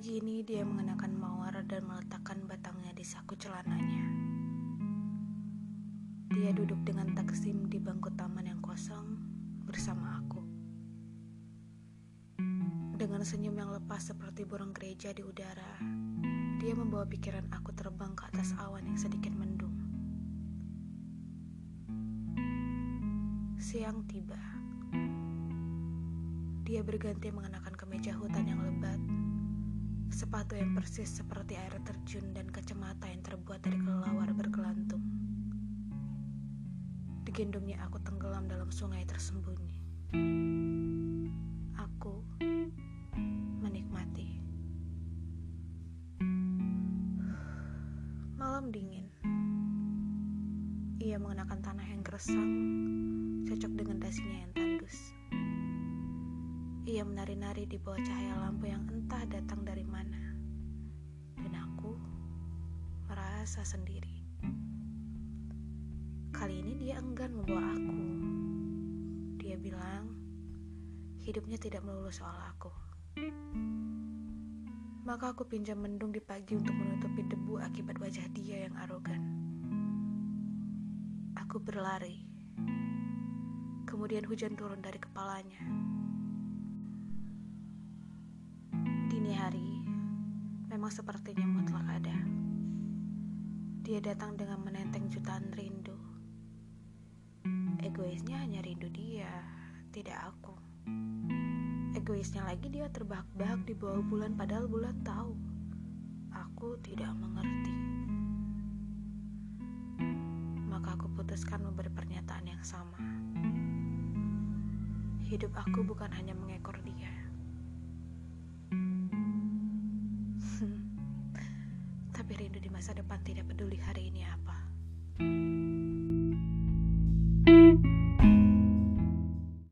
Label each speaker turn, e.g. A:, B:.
A: Pagi ini dia mengenakan mawar dan meletakkan batangnya di saku celananya. Dia duduk dengan taksim di bangku taman yang kosong bersama aku. Dengan senyum yang lepas seperti burung gereja di udara, dia membawa pikiran aku terbang ke atas awan yang sedikit mendung. Siang tiba. Dia berganti mengenakan kemeja hutan yang lebat, sepatu yang persis seperti air terjun, dan kacamata yang terbuat dari kelelawar bergelantung. Digendongnya aku tenggelam dalam sungai tersembunyi. Aku menikmati. Malam dingin. Ia mengenakan tanah yang gersang, cocok dengan dasinya yang tandus. Ia menari-nari di bawah cahaya lampu yang entah datang dari mana. Dan aku merasa sendiri. Kali ini dia enggan membawa aku. Dia bilang, hidupnya tidak melulu soal aku. Maka aku pinjam mendung di pagi untuk menutupi debu akibat wajah dia yang arogan. Aku berlari. Kemudian hujan turun dari kepalanya. Dini hari memang sepertinya mutlak ada. Dia datang dengan menenteng jutaan rindu. Egoisnya hanya rindu dia, tidak aku. Egoisnya lagi dia terbahak-bahak di bawah bulan, padahal bulan tahu aku tidak mengerti. Maka aku putuskan memberi pernyataan yang sama. Hidup aku bukan hanya mengekor dia. Tapi rindu di masa depan tidak peduli hari ini apa.